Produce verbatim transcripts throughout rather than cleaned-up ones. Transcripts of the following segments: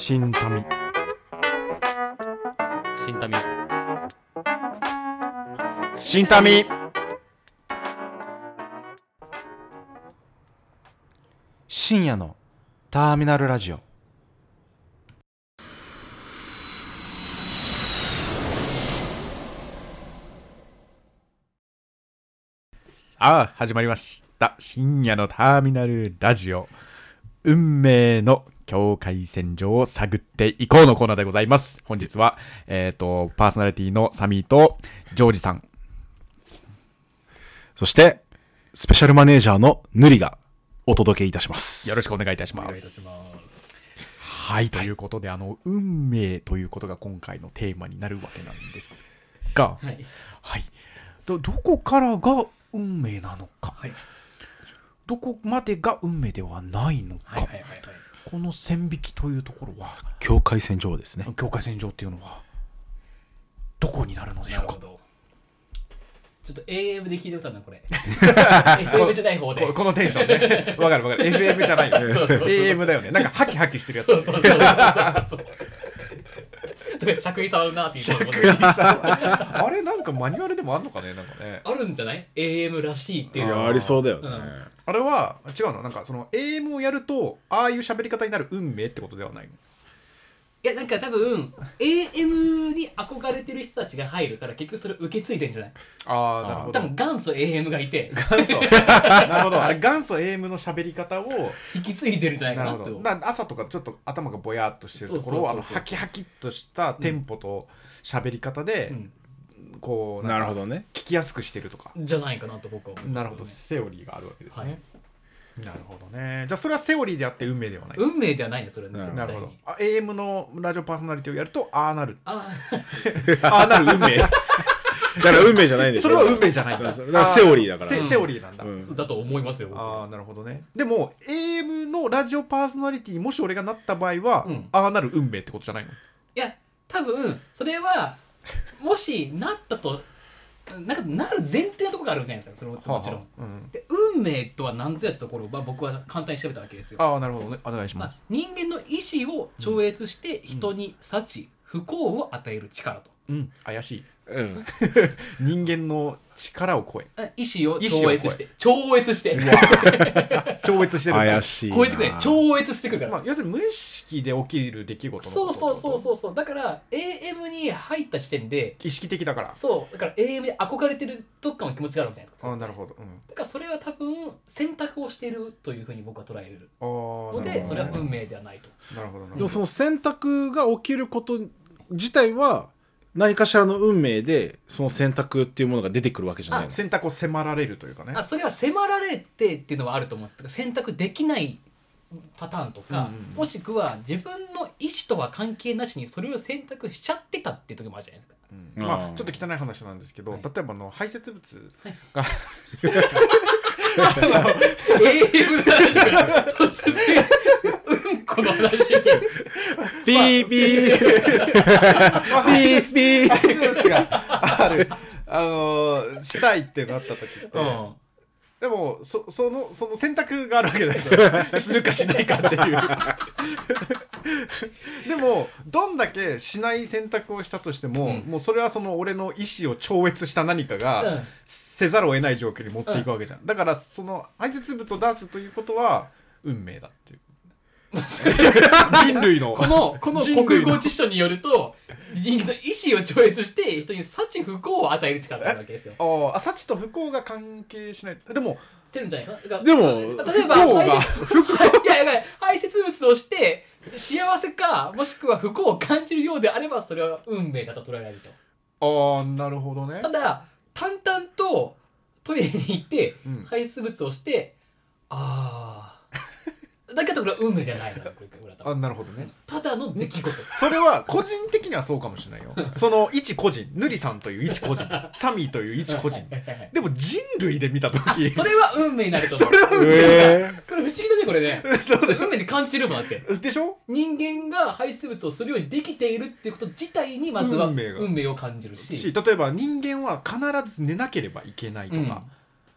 新民新民新民深夜のターミナルラジオ。 さあ始まりました深夜のターミナルラジオ、運命の境界線上を探っていこうのコーナーでございます。本日はえっ、ー、とパーソナリティのサミーとジョージさん、 そしてスペシャルマネージャーのヌリがお届けいたします。 よろしくお願いいたします。お願いいたします。はい、ということで、あの運命ということが今回のテーマになるわけなんですが、はい、はい、ど, どこからが運命なのか、はい、どこまでが運命ではないのか、はいはいはいはい、この線引きというところは境界線上ですね。 境界線上っていうのはどこになるのでしょうか。 ちょっと エーエム で聞いたことあるなこれエフエム じゃない方でこ, このテンションね、わかるわかる。 エフエム じゃないよエーエム だよね。なんかハキハキしてるやつ。そうそうそうそうそうしゃくり触るなっていうところあれなんかマニュアルでもあるのかね。なんかねあるんじゃない エーエム らしいっていうのは。 あ, ありそうだよね、 うん、 あれは違うの。なんかその エーエム をやるとああいう喋り方になる運命ってことではないの。 いやなんか多分 エーエム に憧れてる人たちが入るから結局それ受け継いでんじゃない。 ああなるほど。 多分元祖 エーエム がいて元祖なるほど。あれ元祖 エーエム の喋り方を引き継いでるんじゃないかなと。 なるほど。だ朝とかちょっと頭がぼやっとしてるところをあのハキハキっとしたテンポと喋り方で、うん、こうな, なるほどね、 聞きやすくしてるとかじゃないかなと僕は思います、ね、 なるほど。セオリーがあるわけですね、はい。なるほどね。じゃあそれはセオリーであって運命ではない。 運命ではないねそれね。 なるほど。あ エーエム のラジオパーソナリティをやるとああなる。 あああなる運命。だから運命じゃないんでしょ。 それは運命じゃないんだ。 だからセオリーだから。 セ, セオリーなんだ、 うん、だと思いますよ。 ああなるほどね。でも エーエム のラジオパーソナリティにもし俺がなった場合は、うん、ああなる運命ってことじゃないの。 いや多分それはもしなったとなんかなる前提のところがあるじゃないですか。それももちろん、はあはあ、うん、で運命とは何ぞやってところを、まあ、僕は簡単に調べたわけですよ。 ああなるほどね。お願いします。まあ、 人間の意志を超越して人に幸、うん、不幸を与える力と。 うん怪しい。うん、人間の力を超え意志を超越して超越して超越してる怪しい超えてくれ超越してくるから、 まあ、要するに無意識で起きる出来事のこと。 そうそうそうそうそう。だから エーエム に入った時点で意識的だから。 そうだから エーエム で憧れてるどっかの気持ちがあるわけじゃないですか。 あなるほど、うん、 だからそれは多分選択をしているというふうに僕は捉えるので、それは運命ではないと。 なるほどなるほど。 でもその選択が起きること自体は何かしらの運命でその選択っていうものが出てくるわけじゃないの。 選択を迫られるというかね。 あそれは迫られてっていうのはあると思うんですけど、選択できないパターンとか、うんうんうん、もしくは自分の意思とは関係なしにそれを選択しちゃってたっていう時もあるじゃないですか。 うん、まあちょっと汚い話なんですけど、はい、例えばの排泄物が、はい 、エーエム の話から突然うんこの話にピーピーピーピー排泄物がある、あのー、したいってなった時って、うん、でも そ, そ, のその選択があるわけだよするかしないかっていうでもどんだけしない選択をしたとしても、うん、もうそれはその俺の意思を超越した何かが、うん、せざるを得ない状況に持っていくわけじゃん、うん、だからその排泄物を出すということは運命だっていう人類のこのこの国語辞書によると人間の意思を超越して人に幸不幸を与える力があるわけですよ。 ああ幸と不幸が関係しない。でもてるんじゃないかな。 でも例えば排泄いやいや排泄物をして幸せかもしくは不幸を感じるようであればそれは運命だと捉えられると。ああなるほどね。 ただ淡々とトイレに行って、うん、排泄物をしてああだけどこれは運命ではないな。これあなるほどね。 ただの出来事。 それは個人的にはそうかもしれないよその一個人ヌリさんという一個人サミーという一個人でも人類で見た時それは運命になると思う。 それは運命、えー、これ不思議だねこれね運命で感じるもんだってでしょ。 人間が排泄物をするようにできているっていうこと自体にまずは運命を感じるし、 し例えば人間は必ず寝なければいけないとか、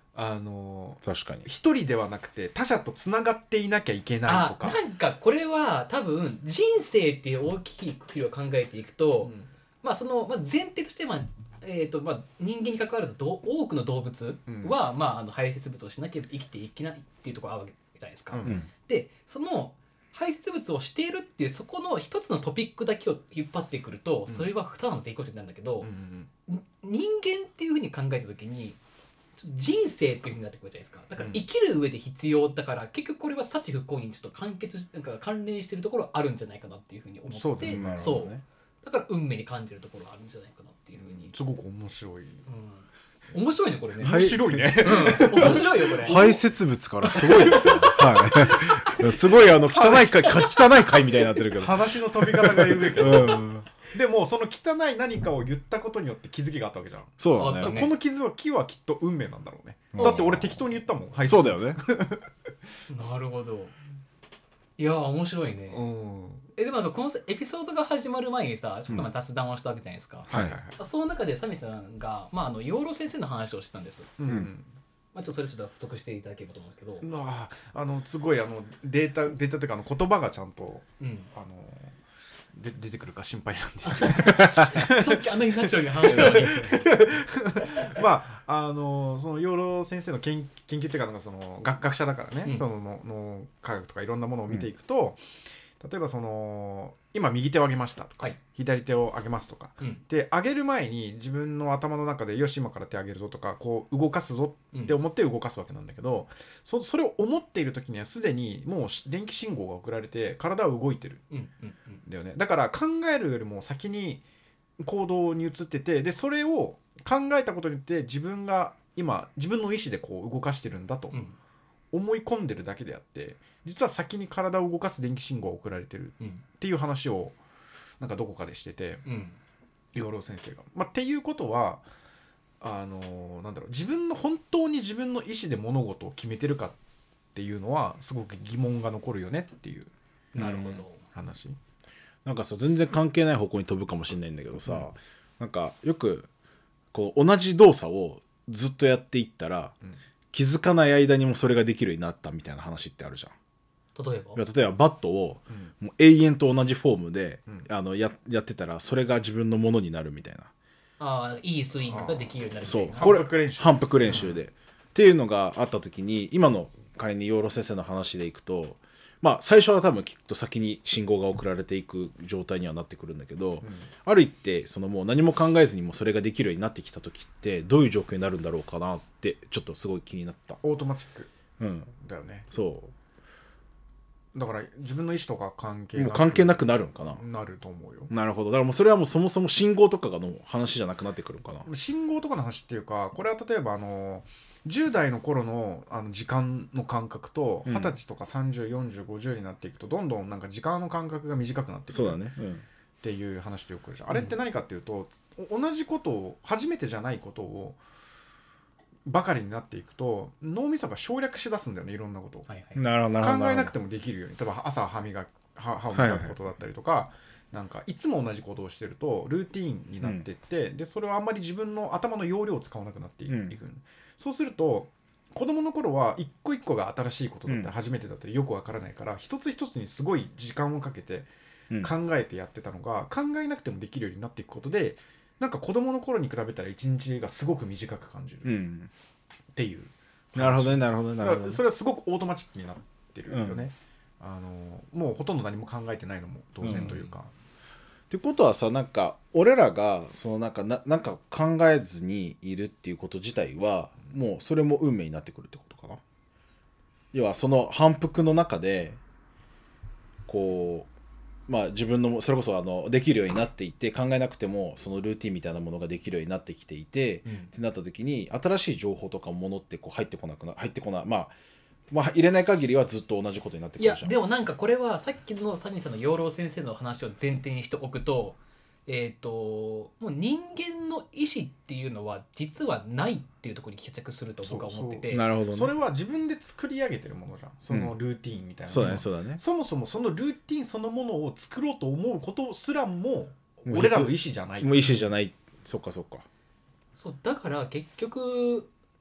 あの確かに一人ではなくて他者とつながっていなきゃいけないとか。 あなんかこれは多分人生っていう大きい区切りを考えていくと、うん、まあその、まあ、前提として、まあえーとまあ、人間に関わらずど多くの動物は、うんまあ、あの排泄物をしなければ生きていけないっていうところがあるわけじゃないですか。うん、でその排泄物をしているっていうそこの一つのトピックだけを引っ張ってくると、それはただの出来事なんだけど、うんうん、人間っていうふうに考えた時に人生っていうふうになってくるじゃないですか。だから生きる上で必要だから、うん、結局これは幸不幸にちょっと完結なんか関連してるところあるんじゃないかなっていうふうに思って、そうだね、そう、だから運命に感じるところあるんじゃないかなっていうふうに、 うん、すごく面白い、 うん、面白いねこれね。 面白いね、 うん、面白いよこれ。 排泄物からすごいですよ、はい、すごいあの汚い回汚い回みたいになってるけど話の飛び方が緩いけど、うんでもその汚い何かを言ったことによって気づきがあったわけじゃん。 そうだね。 この傷は木はきっと運命なんだろうね。だって俺適当に言ったもん。 はい、そうだよね。 なるほど。いや面白いね。うん、えでもなんかこのエピソードが始まる前にさ、ちょっとまあ雑談をしたわけじゃないですか。うん、はいはいはい。その中でサミさんがまああの養老先生の話をしてたんです。うん。まあ、ちょっとそれちょっと補足していただければと思うんですけど。 ああのすごいあのデータデータというかあの言葉がちゃんと、うん、あの。で出てくるか心配なんですけどさっきあんなにナチュラルに話したのにまああのその養老先生の研研究っていうかなんかその 学, 学者だからね、うん、そのの科学とかいろんなものを見ていくと、うん、例えばその今右手を上げましたとか、はい、左手を上げますとか、うん、で上げる前に自分の頭の中でよし今から手上げるぞとかこう動かすぞって思って動かすわけなんだけど、うん、そ, それを思っている時にはすでにもう電気信号が送られて体は動いてる、うんうんうん、だよね。だから考えるよりも先に行動に移ってて、でそれを考えたことによって自分が今自分の意思でこう動かしてるんだと、うん思い込んでるだけであって実は先に体を動かす電気信号が送られてるっていう話をなんかどこかでしてて、うん、養老先生が、まあ、っていうことはあのー、なんだろう自分の本当に自分の意思で物事を決めてるかっていうのはすごく疑問が残るよねっていうなるほど話。 なんかさ全然関係ない方向に飛ぶかもしれないんだけどさ、うん、なんかよくこう同じ動作をずっとやっていったら、うん気づかない間にもそれができるようになったみたいな話ってあるじゃん。 例えば例えばバットをもう永遠と同じフォームで、うん、あの や, やってたらそれが自分のものになるみたいな。 ああいいスイングができるようになるみたいな。 そうこれ反復練習反復練習で、うん、っていうのがあった時に今の仮に養老先生の話でいくとまあ最初は多分きっと先に信号が送られていく状態にはなってくるんだけど、うん、ある一定そのもう何も考えずにもそれができるようになってきた時ってどういう状況になるんだろうかなってちょっとすごい気になった。 オートマチック、うん、だよね。そうだから自分の意思とか関係なくもう関係なくなるんかな。 なると思うよ。 なるほど。だからもうそれはもうそもそも信号とかの話じゃなくなってくるんかな。 信号とかの話っていうかこれは例えばあのじゅう代の頃 の, あの時間の感覚とはたちとかさんじゅう、よんじゅう、ごじゅうになっていくとどんどんなんか時間の感覚が短くなっていくっていう話とよくあるじゃん、うん、あれって何かっていうと同じことを初めてじゃないことをばかりになっていくと脳みそが省略しだすんだよねいろんなことを、はいはい、なるほど考えなくてもできるように例えば朝歯磨き歯を磨くことだったりとか、はいはい、なんかいつも同じことをしてるとルーティーンになっていって、うん、でそれはあんまり自分の頭の容量を使わなくなっていく、うん、そうすると子供の頃は一個一個が新しいことだったり初めてだったりよくわからないから、うん、一つ一つにすごい時間をかけて考えてやってたのが、うん、考えなくてもできるようになっていくことでなんか子供の頃に比べたら一日がすごく短く感じるっていう、 うん、なるほどねなるほどなるほど。 それはすごくオートマチックになってるよね、うん、あのもうほとんど何も考えてないのも当然というか、うん、 ってことはさなんか俺らがそのなんかななんか考えずにいるっていうこと自体はもうそれも運命になってくるってことかな。要はその反復の中でこうまあ自分のそれこそあのできるようになっていて考えなくてもそのルーティンみたいなものができるようになってきていて、うん、ってなった時に新しい情報とかものってこう入ってこなくな入ってこないまあまあ入れない限りはずっと同じことになってくるじゃん。 いやでもなんかこれはさっきのサミさんの養老先生の話を前提にしておくとえー、ともう人間の意思っていうのは実はないっていうところに帰着すると僕は思ってて。 そうそうなるほど、ね、それは自分で作り上げてるものじゃんそのルーティーンみたいな、うん、 そうだねそうだね。 そもそもそのルーティーンそのものを作ろうと思うことすらも俺らの意思じゃない。 もう意思じゃない。そっかそっか。 そうだから結局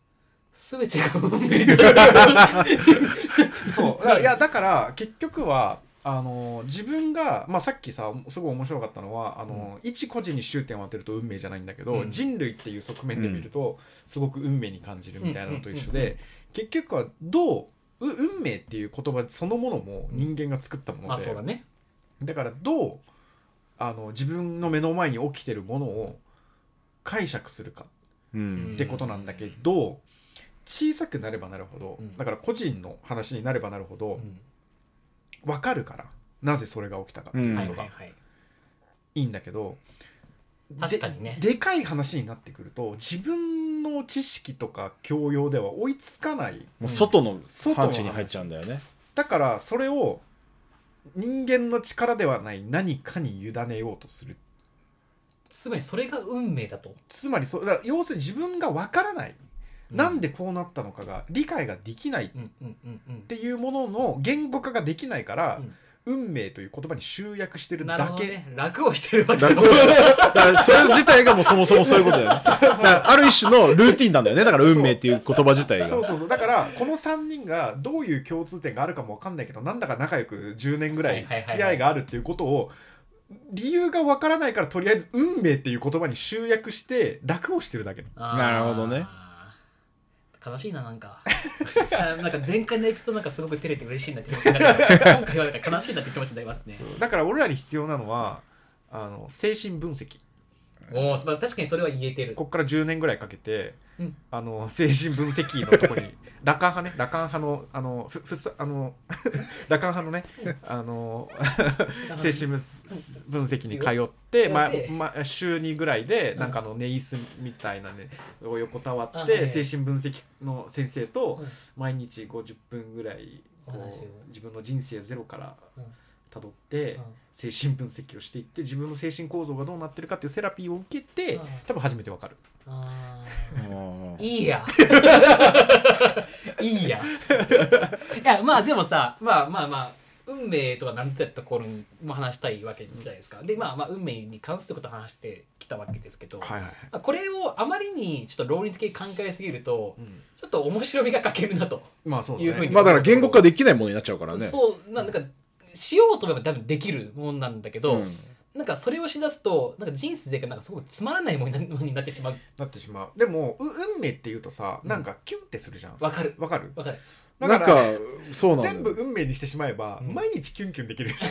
全てが運命だそうだいやだから結局はあの自分が、まあ、さっきさすごい面白かったのはあの、うん、一個人に終点を当てると運命じゃないんだけど、うん、人類っていう側面で見ると、うん、すごく運命に感じるみたいなのと一緒で、うんうんうんうん、結局はどう運命っていう言葉そのものも人間が作ったもので、うんまあそうだね、だからどうあの自分の目の前に起きてるものを解釈するかってことなんだけど、小さくなればなるほど、うん、だから個人の話になればなるほど、うん分かるからなぜそれが起きたかっていうことがいいんだけど、 確かにねで, でかい話になってくると自分の知識とか教養では追いつかない、 もう外の範疇に入っちゃうんだよね。 だからそれを人間の力ではない何かに委ねようとする。 つまりそれが運命だと。 つまりそだから要するに自分が分からない、うん、なんでこうなったのかが理解ができないっていうものの言語化ができないから、うん、運命という言葉に集約してるだけ。なるほどね、 楽をしてるわけだ。 だからそれ自体がもうそもそもそういうことだよね。だからある一種のルーティンなんだよね。だから運命っていう言葉自体が。 そうそうそう。だからこのさんにんがどういう共通点があるかも分かんないけど、なんだか仲良くじゅうねんぐらい付き合いがあるっていうことを理由が分からないから、とりあえず運命っていう言葉に集約して楽をしてるだけ。 なるほどね。 悲しいな、なんかなんか前回のエピソードなんかすごく照れて嬉しいなって気持ちになるけど今回はなんか悲しいなって気持ちになりますね。 だから俺らに必要なのはあの精神分析。 おー、確かにそれは言えてる。 こっからじゅうねんぐらいかけて、うん、あの精神分析のとこにラカン派ね、ラカン派のあのふふあのラカン派のねあの精神分析に通って、まま、週にぐらいでなんかあのネイスみたいなね横たわって精神分析の先生と毎日ごじゅっぷんぐらいこう自分の人生ゼロからたどって精神分析をしていって、自分の精神構造がどうなってるかっていうセラピーを受けて多分初めてわかる。 あいいやいいやいや、まあでもさ、まあまあまあ運命とか何てやった頃にも話したいわけじゃないですか。でまあまあ運命に関することを話してきたわけですけど、はいはい、これをあまりにちょっと論理的に考えすぎると、うん、ちょっと面白みが欠けるなと、 まあそうだね、 いうふうに、 まあだから言語化できないものになっちゃうからね。 そうなんかしようと思えば多分できるもんなんだけど、うん、なんかそれをしだすとなんか人生でなんかすごくつまらないものになってしまう。 なってしまう。でも運命っていうとさ、なんかキュンってするじゃん。 わかるわかるわかる。 だからなんかそうなん全部運命にしてしまえば、うん、毎日キュンキュンできる。い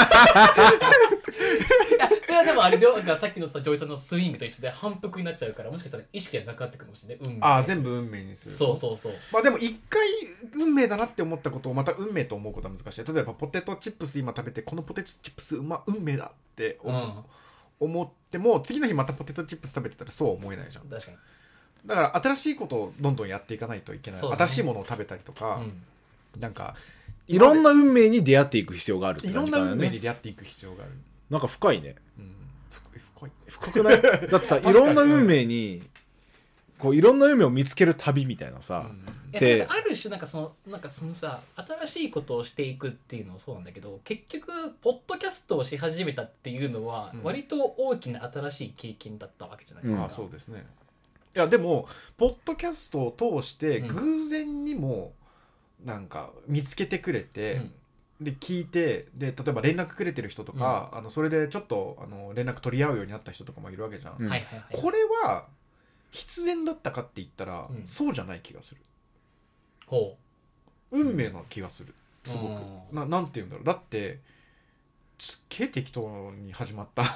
やそれはでもあれでなんかさっきのさジョイさんのスイングと一緒で反復になっちゃうから、もしかしたら意識がなくなってくるかもしれない。運命。 ああ全部運命にする。 そうそうそう。 まあでも一回運命だなって思ったことをまた運命と思うことは難しい。例えばポテトチップス今食べてこのポテトチップスうま運命だって思う。うん思っても次の日またポテトチップス食べてたらそう思えないじゃん。 確かに。 だから新しいことをどんどんやっていかないといけない、ね、新しいものを食べたりとか、うん、なんかいろんな運命に出会っていく必要があるって感じかね。いろんな運命に出会っていく必要がある。 なんか深いね、 うん、深い深くないだってさいろんな運命にこういろんな運命を見つける旅みたいなさ、うんでなんかある種なんかそのなんかそのさ新しいことをしていくっていうのもそうなんだけど、結局ポッドキャストをし始めたっていうのは割と大きな新しい経験だったわけじゃないですか、 うん、あそうですね。いやでもポッドキャストを通して偶然にもなんか見つけてくれて、うんで聞いてで例えば連絡くれてる人とか、うん、あのそれでちょっとあの連絡取り合うようになった人とかもいるわけじゃん、うん、これは必然だったかって言ったら、うん、そうじゃない気がする。 ほう運命な気がするすごく、うん、な, なんて言うんだろう。だってすっげえ適当に始まったし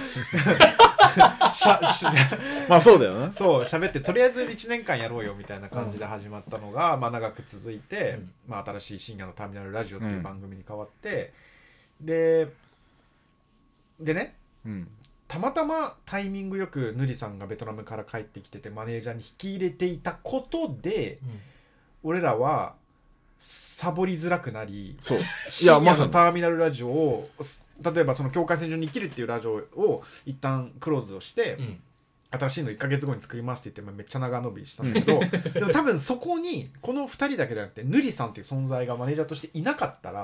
ゃしまあそうだよね。 そう喋ってとりあえずいちねんかんやろうよみたいな感じで始まったのが、うんまあ、長く続いて、うんまあ、新しい深夜のターミナルラジオっていう番組に変わって、うん、ででね、うん、たまたまタイミングよくヌリさんがベトナムから帰ってきててマネージャーに引き入れていたことで、うん、俺らはサボりづらくなり、そう深夜のターミナルラジオを例えばその境界線上に生きるっていうラジオを一旦クローズをして、うん、新しいのいっかげつごに作りますって言ってめっちゃ長伸びしたんだけどでも多分そこにこのふたりだけじゃなくてヌリさんっていう存在がマネージャーとしていなかったら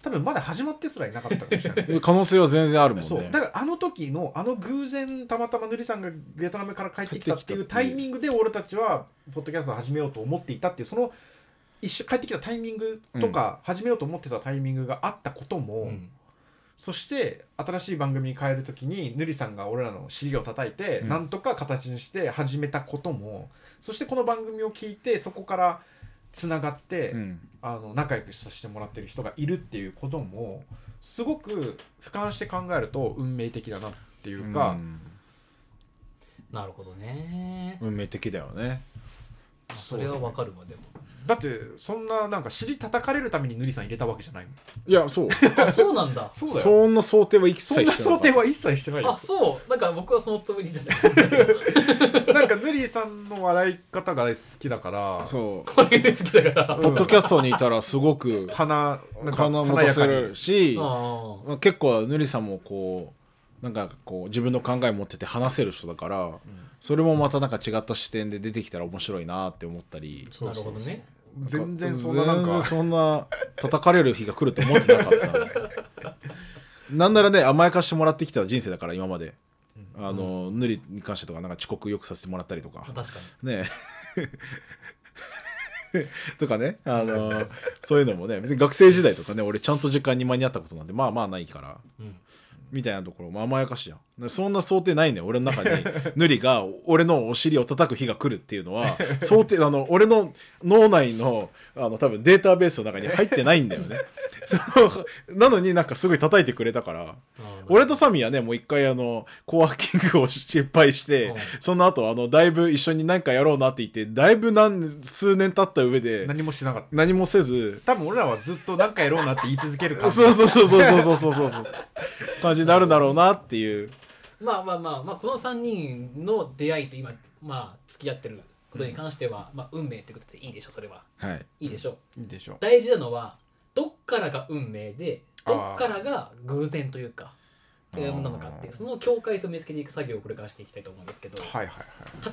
多分まだ始まってすらいなかったかもしれない可能性は全然あるもんね。 そうだからあの時のあの偶然たまたまヌリさんがベトナムから帰ってきたっていうタイミングで俺たちはポッドキャストを始めようと思っていたっていうその一緒帰ってきたタイミングとか、うん、始めようと思ってたタイミングがあったことも、うん、そして新しい番組に変える時にヌリさんが俺らの尻を叩いて、うん、なんとか形にして始めたことも、そしてこの番組を聞いてそこからつながって、うん、あの仲良くさせてもらってる人がいるっていうこともすごく俯瞰して考えると運命的だなっていうか、うん、 なるほどね、 運命的だよね。 それはわかるわ。でもだってそんななんか尻叩かれるためにヌリさん入れたわけじゃないもん。 いやそうあそうなんだそうだよ。 そんな想定は一切してない。 そんな想定は一切してないよ。 あそうなんか僕はそのつもりだったなんかヌリさんの笑い方が好きだからそうこれで好きだからポッドキャストにいたらすごく鼻鼻持たせるし結構ヌリさんもこうなんかこう自分の考え持ってて話せる人だから、うん、それもまたなんか違った視点で出てきたら面白いなって思ったり。 なるほどね。 全然そんななんか全然そんな叩かれる日が来ると思ってなかったなんならね甘やかしてもらってきた人生だから今まで、うん、あの、うん、ヌリに関してとかなんか遅刻よくさせてもらったりとか確かにねとかねあのそういうのもね別に学生時代とかね俺ちゃんと時間に間に合ったことなんてまあまあないから、うんみたいなところも甘やかしやん。そんな想定ないね俺の中にヌリが俺のお尻を叩く日が来るっていうのは想定あの俺の脳内のあの多分データベースの中に入ってないんだよねそのなのになんかすごい叩いてくれたから俺とサミはねもう一回あのコワーキングを失敗してその後あのだいぶ一緒に何かやろうなって言ってだいぶ何数年経った上で何もしなかった何もせず多分俺らはずっと何かやろうなって言い続ける感じそうそうそうそうそうそうそうそうそう感じになるだろうなっていうまあまあまあまあこのさんにんの出会いと今まあ付き合ってることに関しては、うんまあ、運命ってことでいいでしょそれは、 はい、 いいでしょいいでしょ大事なのはどっからが運命でどっからが偶然というかなのかっていうその境界線を見つけていく作業をこれからしていきたいと思うんですけど、 はいはいはい、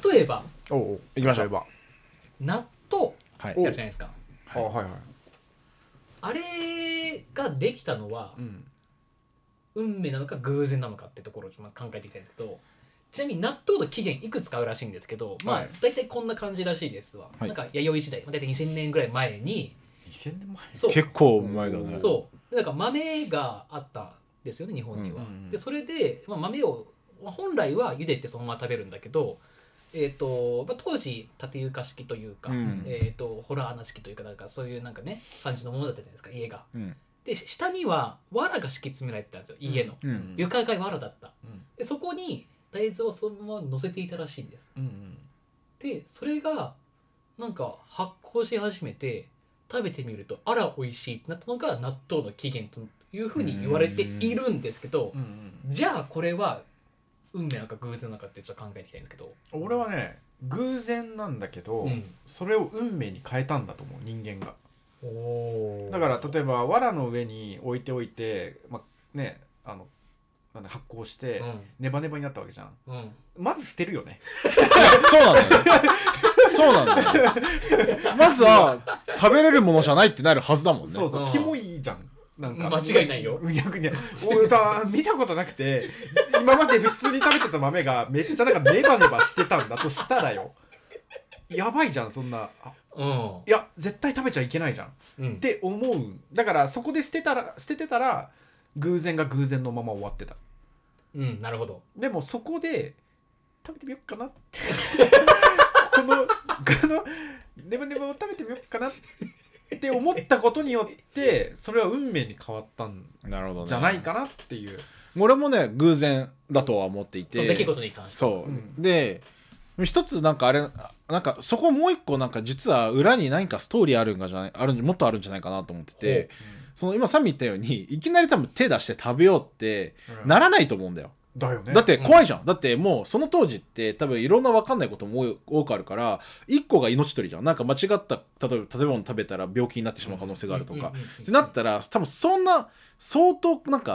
例えばおおいきましょう納豆やるじゃないですか、 はい、はいはいあれができたのは、うん、運命なのか偶然なのかってところを考えていきたいんですけどちなみに納豆の起源いくつかあるらしいんですけど、まあ、はい、大体こんな感じらしいですわ、はい、なんか弥生時代大体にせんねんぐらい前ににせんねんまえそう結構前だねそうなんか豆があったんですよね日本には、うんうんうん、でそれで、まあ、豆を本来は茹でてそのまま食べるんだけどえーとまあ、当時縦床式というか、うん、えーとホラー穴式というかなんかそういうなんかね感じのものだったじゃないですか家が、うん、で下には藁が敷き詰められてたんですよ家の、うんうん、床が藁だった、うん、でそこに大豆をそのまま乗せていたらしいんです、うんうん、でそれがなんか発酵し始めて食べてみるとあら美味しいってなったのが納豆の起源というふうに言われているんですけど、うんうん、じゃあこれは運命なのか偶然なのかってちょっと考えていきたいんですけど俺はね偶然なんだけど、うん、それを運命に変えたんだと思う人間がおだから例えば藁の上に置いておいて、まあね、あのなん発酵して、うん、ネバネバになったわけじゃん、うん、まず捨てるよねそうなんだよそうなんだよまずは食べれるものじゃないってなるはずだもんねそうそう、うん、キモいじゃんなんか間違いないよ逆に俺さ見たことなくて今まで普通に食べてた豆がめっちゃなんかネバネバしてたんだとしたらよやばいじゃんそんな、うん、いや絶対食べちゃいけないじゃん、うん、って思うだからそこで捨てたら捨ててたら偶然が偶然のまま終わってたうんなるほどでもそこで食べてみようかなってこのこのネバネバを食べてみようかなって思ったことによってそれは運命に変わったんじゃないかなっていう、ね、 俺もね偶然だとは思っていてそう出来事に関してそう、うん、で一つなんかあれなんかそこもう一個なんか実は裏に何かストーリーあるんかじゃないあるもっとあるんじゃないかなと思ってて、うん、その今サミ言ったようにいきなり多分手出して食べようってならないと思うんだよ、 だよね、 だって怖いじゃん、うん、だってもうその当時って多分いろんな分かんないことも多くあるからいっこが命取りじゃんなんか間違った例えば食べ物食べたら病気になってしまう可能性があるとか、うんうんうんうん、ってなったら多分そんな相当なんか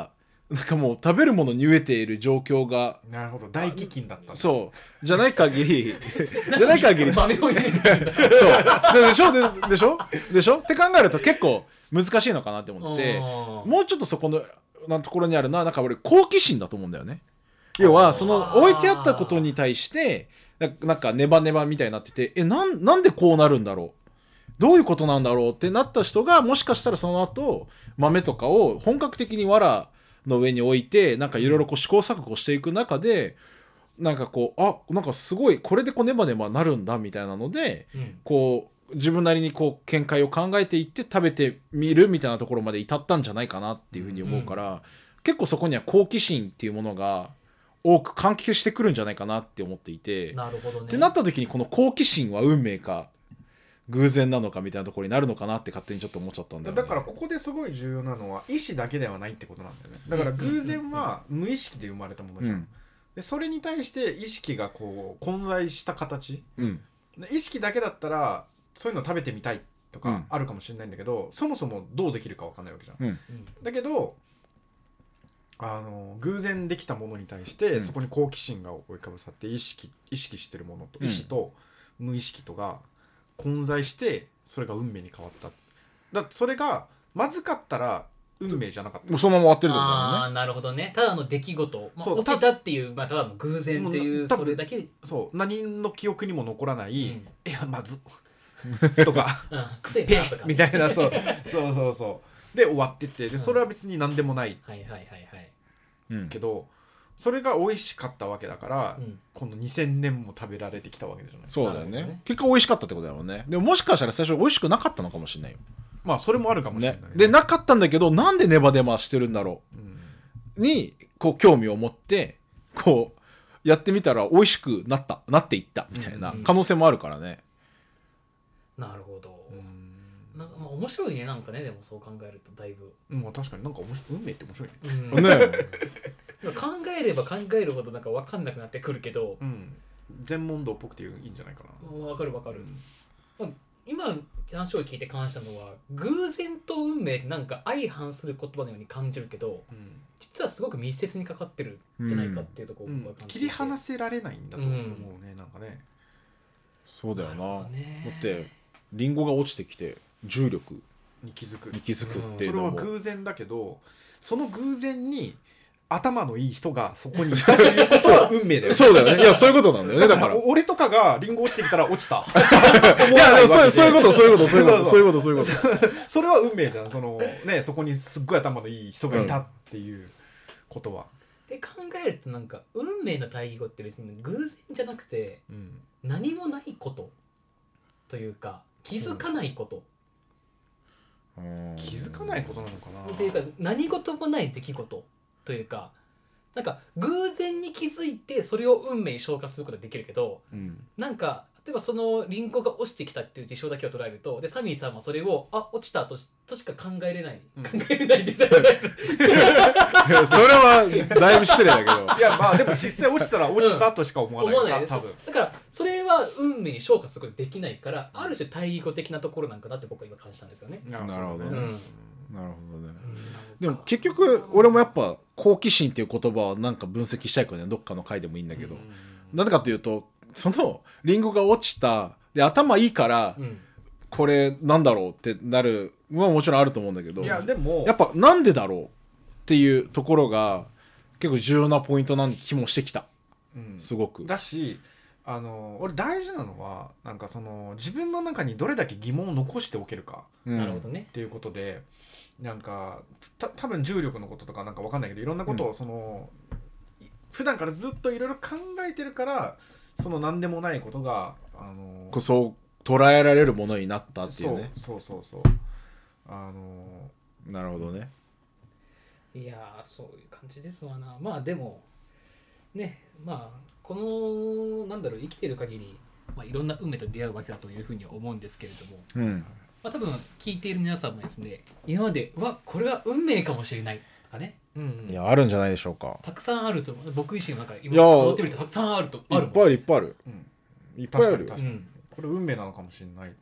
なんかもう食べるものに飢えている状況がなるほど大飢饉だったそうじゃない限りじゃない限り豆を入れてるんだそうでしょででしょでしょって考えると結構難しいのかなって思っててもうちょっとそこのなところにあるのはなんか俺好奇心だと思うんだよね。要はその置いてあったことに対してななんかネバネバみたいになっててえなんなんでこうなるんだろうどういうことなんだろうってなった人がもしかしたらその後豆とかを本格的に藁の上に置いてなんかいろいろこう試行錯誤していく中でなんかこうあなんかすごいこれでこうネバネバなるんだみたいなので、うん、こう自分なりにこう見解を考えていって食べてみるみたいなところまで至ったんじゃないかなっていうふうに思うから、うん、結構そこには好奇心っていうものが多く関係してくるんじゃないかなって思っていてなるほどねってなった時にこの好奇心は運命か偶然なのかみたいなところになるのかなって勝手にちょっと思っちゃったんだよね。 だからここですごい重要なのは意思だけではないってことなんだよね。だから偶然は無意識で生まれたものじゃん、うん、でそれに対して意識がこう混在した形、うん、意識だけだったらそういうの食べてみたいとかあるかもしれないんだけど、うん、そもそもどうできるか分かんないわけじゃん、うん、だけどあの偶然できたものに対して、うん、そこに好奇心が追いかぶさって意識、意識してるものと、うん、意思と無意識とが混在してそれが運命に変わっただそれがまずかったら運命じゃなかったもうそのまま終わってるってことだよね。 ああなるほどねただの出来事、まあ、落ちたっていう、まあ、ただの偶然っていうそれだけそう何の記憶にも残らない、うん、いやまずとか、 うん、癖なとかみたいなそうそうそうそうで終わってってでそれは別に何でもない、うん、 はいはいはいはいうん、けどそれが美味しかったわけだから、うん、今度にせんねんも食べられてきたわけじゃない。 そうだよね、ね、結果美味しかったってことだよね。でももしかしたら最初美味しくなかったのかもしれないよ。 まあそれもあるかもしれない、ねね、でなかったんだけどなんでネバネバしてるんだろう、うん、にこう興味を持ってこうやってみたら美味しくなったなっていったみたいな可能性もあるからね、 うんうん、なるほど、うんなんかまあ面白いねなんかねでもそう考えるとだいぶ、 うん、まあ確かになんか運命って面白いね、 うん、 ね考えれば考えるほどなんか分かんなくなってくるけど、 うん、全問答っぽくていいんじゃないかな。 分かる分かる、うん、今話を聞いて感じたのは偶然と運命ってなんか相反する言葉のように感じるけど、うん、実はすごく密接にかかってるんじゃないかっていうところを感じて、 うん、切り離せられないんだと思うね、うん、なんかねそうだよな。だってリンゴが落ちてきて重力に気づくに気づくっていうのも、うん、それは偶然だけどその偶然に頭のいい人がそこにいたということは運命だよね。 そうだよね。いや、そういうことなんだよね。だから。 俺とかがリンゴ落ちてきたら落ちた。 いや、そう、そういうこと、そういうこと、そういうこと、そういうこと、そういうこと。 それは運命じゃん。その、ね、そこにすっごい頭のいい人がいたっていうことは。 うん、で考えるとなんか、運命の対義語って別に偶然じゃなくて、うん、何もないことというか、気づかないこと。 うん、気づかないことなのかな。 っていうか、何事もない出来事。というかなんか偶然に気づいてそれを運命に昇華することができるけど、うん、なんか例えばそのリンゴが落ちてきたっていう事象だけを捉えるとでサミーさんはそれをあ落ちたと し, としか考えれない、うん、考えれないって言ったらそれはだいぶ失礼だけどいやまあでも実際落ちたら落ちたとしか思わない、うん、思わない多分だからそれは運命に昇華することができないからある種対義語的なところなんかなって僕は今感じたんですよね。 なるほどね、うん、なるほどね、うん、でも結局俺もやっぱ好奇心っていう言葉はなんか分析したいからねどっかの回でもいいんだけど、うん、なんでかというとそのリンゴが落ちたで頭いいから、うん、これなんだろうってなるのはもちろんあると思うんだけどいやでもやっぱなんでだろうっていうところが結構重要なポイントな気もしてきた、うん、すごくだしあの俺大事なのはなんかその自分の中にどれだけ疑問を残しておけるか、 うん、なるほどねっていうことでなんかた多分重力のこととかなんか分かんないけどいろんなことをその、うん、普段からずっといろいろ考えてるからその何でもないことがあのこそう捉えられるものになったっていうね。 そうそうそうそうあのなるほどね。 いやそういう感じですわな。まあでもねまあこのなんだろう生きてる限り、まあ、いろんな運命と出会うわけだというふうには思うんですけれども、うんまあ、多分聞いている皆さんもですね今までうわこれは運命かもしれないとかね、 うんうん、いやあるんじゃないでしょうか。 たくさんあると僕自身の中で今戻ってみるとたくさんあるとあるいっぱいあるいっぱいある、うん、いっぱいあるよ、 うん、これ運命なのかもしれない。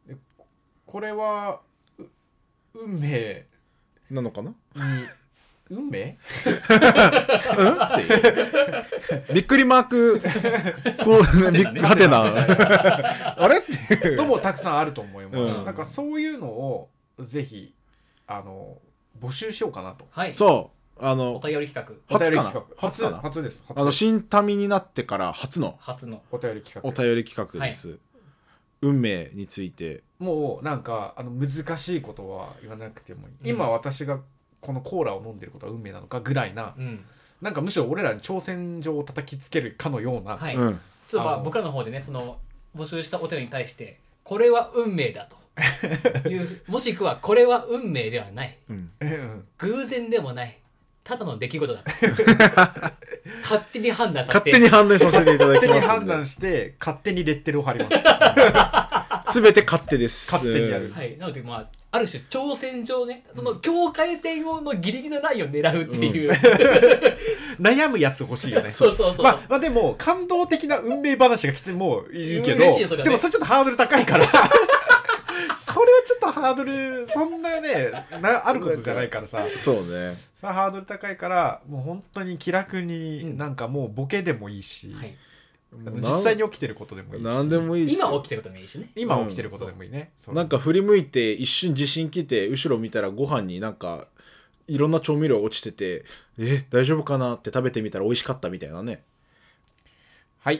これは運命なのかな運命びっくりマークこうねびっくはてなあれっていうのもたくさんあると思います、 うん、 なんかそういうのをぜひあの募集しようかなと。 はい、 そうあのお便り企画お便り企画初かな初です初あの新民になってから初の初のお便り企画お便り企画です、はい、運命についてもうなんかあの難しいことは言わなくてもいい、うん、今私がこのコーラを飲んでることは運命なのかぐらいな、うん、なんかむしろ俺らに挑戦状を叩きつけるかのような、 はい、うん、ちょっとまあ僕らの方でねその募集したお便りに対してこれは運命だというもしくはこれは運命ではない、うん、偶然でもないただの出来事だ勝手に判断させて勝手に判断させていただきます勝手に判断して勝手にレッテルを貼りますすべて勝手です勝手にやる、 はい、なのでまあある種挑戦状ねその境界線をのギリギリのラインを狙うっていう、うん、 悩むやつ欲しいよねそうそうそう、 まあ、まあでも感動的な運命話が来てもいいけど、ね、でもそれちょっとハードル高いからそれはちょっとハードルそんなねなあることじゃないからさそうねそれハードル高いからもう本当に気楽になんかもうボケでもいいし、うんはい、実際に起きてることでもいいし何でもいいし今起きてることでもいいしね今起きてることでもいいね、 うん、なんか振り向いて一瞬地震来て後ろ見たらご飯になんかいろんな調味料落ちててえ大丈夫かなって食べてみたら美味しかったみたいなねはい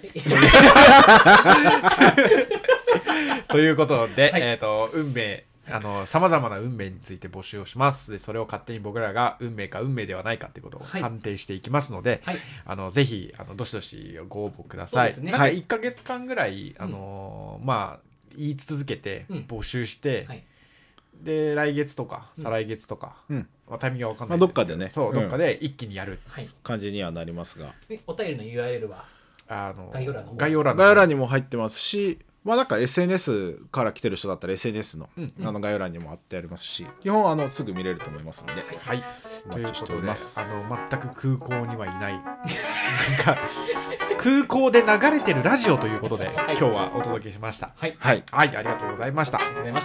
ということで、はい、えーと運命あの様々な運命について募集をします。でそれを勝手に僕らが運命か運命ではないかっていうことを判定していきますので、はい、あのぜひあのどしどしご応募ください。ね、なんかいっかげつかんぐらい、あのー、まあ言い続けて募集して、うんはい、で来月とか再来月とか、うんまあ、タイミングは分かんないですけど、まあ、どっかでねそう、うん、どっかで一気にやる、はい、 感じにはなりますが、 お便りの ユーアールエル はあの概要欄の概要欄概要欄にも入ってますし。まあなんか エスエヌエス から来てる人だったら エスエヌエス の、うんうん、あの概要欄にも貼ってありますし基本あのすぐ見れると思いますので、 はい、お待ちしております。あの全く空港にはいないなんか空港で流れてるラジオということで、はい、今日はお届けしました。 はい、 はいはい、ありがとうございました。 ありがとうございました。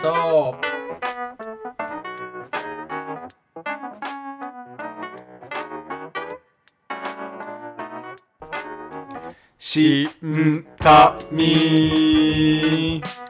新民